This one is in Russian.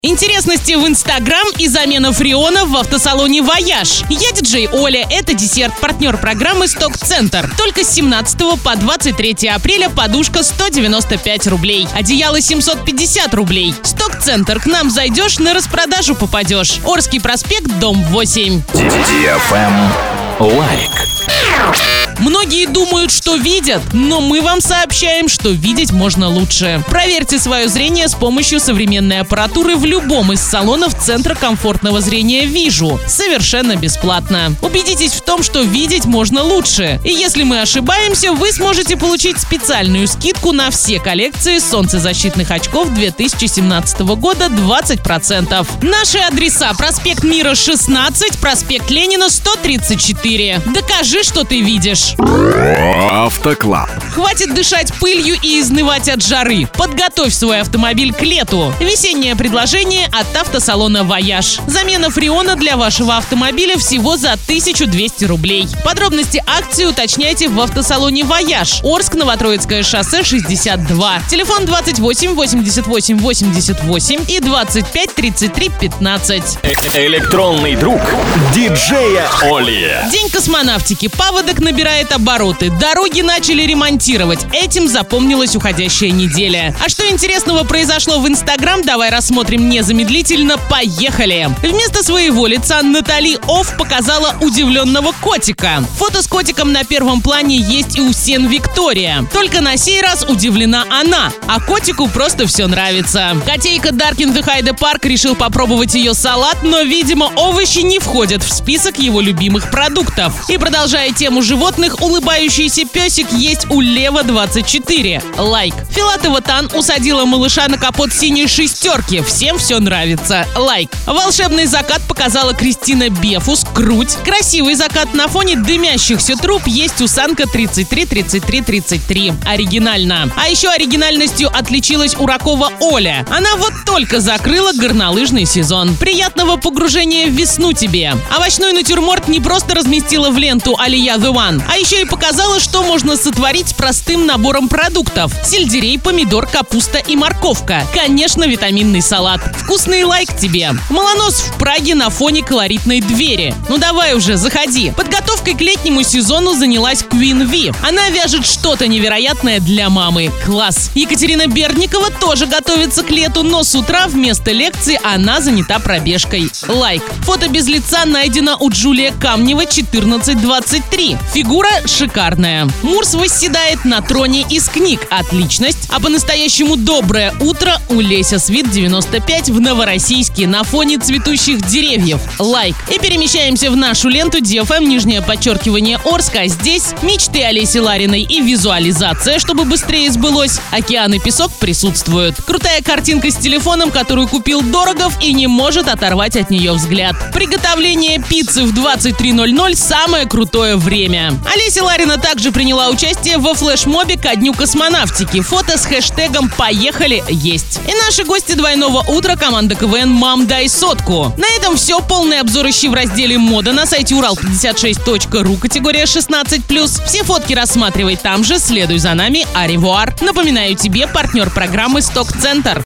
Интересности в Инстаграм и замена фреона в автосалоне «Вояж». Я диджей Оля, это десерт, партнер программы «Сток-центр». Только с 17 по 23 апреля подушка 195 рублей, одеяло 750 рублей. «Сток-центр», к нам зайдешь, на распродажу попадешь. Орский проспект, дом 8. Лайк. Многие думают, что видят, но мы вам сообщаем, что видеть можно лучше. Проверьте свое зрение с помощью современной аппаратуры в любом из салонов Центра комфортного зрения «Вижу». Совершенно бесплатно. Убедитесь в том, что видеть можно лучше. И если мы ошибаемся, вы сможете получить специальную скидку на все коллекции солнцезащитных очков 2017 года 20%. Наши адреса: проспект Мира 16, проспект Ленина 134. Докажи, что ты видишь. Автоклаб. Хватит дышать пылью и изнывать от жары. Подготовь свой автомобиль к лету. Весеннее предложение от автосалона «Вояж». Замена фреона для вашего автомобиля всего за 1200 рублей. Подробности акции уточняйте в автосалоне «Вояж». Орск, Новотроицкое шоссе 62. Телефон 28 88 88 и 25 33 15. Электронный друг диджея Оли. День космонавтики. Паводок набирает обороты. Дороги начали ремонтировать. Этим запомнилась уходящая неделя. А что интересного произошло в Инстаграм, давай рассмотрим незамедлительно. Поехали! Вместо своего лица Натали Офф показала удивленного котика. Фото с котиком на первом плане есть и у Сен Виктория. Только на сей раз удивлена она, а котику просто все нравится. Котейка Даркин the Хайде Парк решил попробовать ее салат, но, видимо, овощи не входят в список его любимых продуктов. И продолжая тему животных, улыбающийся песик есть у Лева 24. Лайк. Филатова Тан усадила малыша на капот синей шестерки. Всем все нравится. Лайк. Волшебный закат показала Кристина Бефус. Круть. Красивый закат на фоне дымящихся труб есть у Санка 33-33-33. Оригинально. А еще оригинальностью отличилась Уракова Оля. Она вот только закрыла горнолыжный сезон. Приятного погружения в весну тебе. Овощной натюрморт не просто разместила в ленту Алия The One, а еще и показала, что можно сотворить с простым набором продуктов: сельдерей, помидор, капуста и морковка. Конечно, витаминный салат. Вкусный лайк тебе. Молонос в Праге на фоне колоритной двери. Ну давай уже, заходи. Подготовкой к летнему сезону занялась Queen V. Она вяжет что-то невероятное для мамы. Класс. Екатерина Бердникова тоже готовится к лету, но с утра вместо лекции она занята пробежкой. Лайк. Фото без лица найдено у Джулия Камнева 1423. Фигура шикарная. Мурс восседает на троне из книг. Отличность. А по-настоящему доброе утро у Леся Свит 95 в Новороссийске на фоне цветущих деревьев. Лайк. И перемещаемся в нашу ленту DFM, _, Орск. А здесь мечты Олеси Лариной и визуализация, чтобы быстрее сбылось. Океан и песок присутствуют. Крутая картинка с телефоном, которую купил Дорогов и не может оторвать от нее взгляд. Приготовление пиццы в 23:00 самое крутое время. Олеся Ларина также приняла участие во флешмобе ко дню космонавтики. Фото с хэштегом «Поехали» есть. И наши гости двойного утра — команда КВН «Мам, дай сотку». На этом все. Полный обзор ищи в разделе «Мода» на сайте урал56.ру, категория 16+. Все фотки рассматривай там же. Следуй за нами. Аревуар. Напоминаю тебе, партнер программы «Сток-центр».